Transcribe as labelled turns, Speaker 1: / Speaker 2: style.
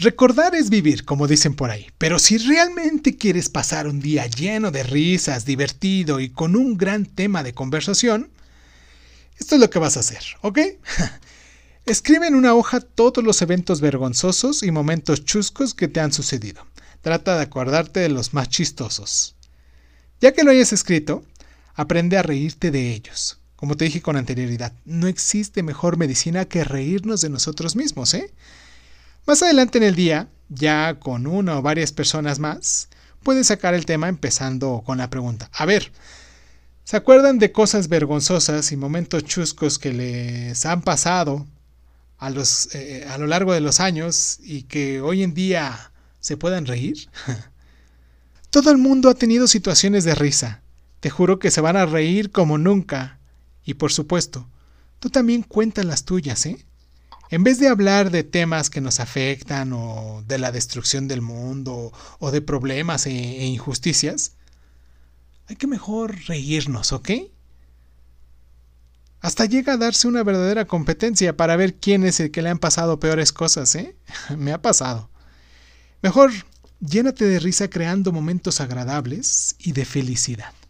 Speaker 1: Recordar es vivir, como dicen por ahí, pero si realmente quieres pasar un día lleno de risas, divertido y con un gran tema de conversación, esto es lo que vas a hacer, ¿ok? Escribe en una hoja todos los eventos vergonzosos y momentos chuscos que te han sucedido. Trata de acordarte de los más chistosos. Ya que lo hayas escrito, aprende a reírte de ellos. Como te dije con anterioridad, no existe mejor medicina que reírnos de nosotros mismos, ¿eh? Más adelante en el día, ya con una o varias personas más, puedes sacar el tema empezando con la pregunta. A ver, ¿se acuerdan de cosas vergonzosas y momentos chuscos que les han pasado a lo largo de los años y que hoy en día se puedan reír? Todo el mundo ha tenido situaciones de risa. Te juro que se van a reír como nunca. Y por supuesto, tú también cuentas las tuyas, ¿eh? En vez de hablar de temas que nos afectan o de la destrucción del mundo o de problemas e injusticias, hay que mejor reírnos, ¿ok? Hasta llega a darse una verdadera competencia para ver quién es el que le han pasado peores cosas, ¿eh? Me ha pasado. Mejor, llénate de risa creando momentos agradables y de felicidad.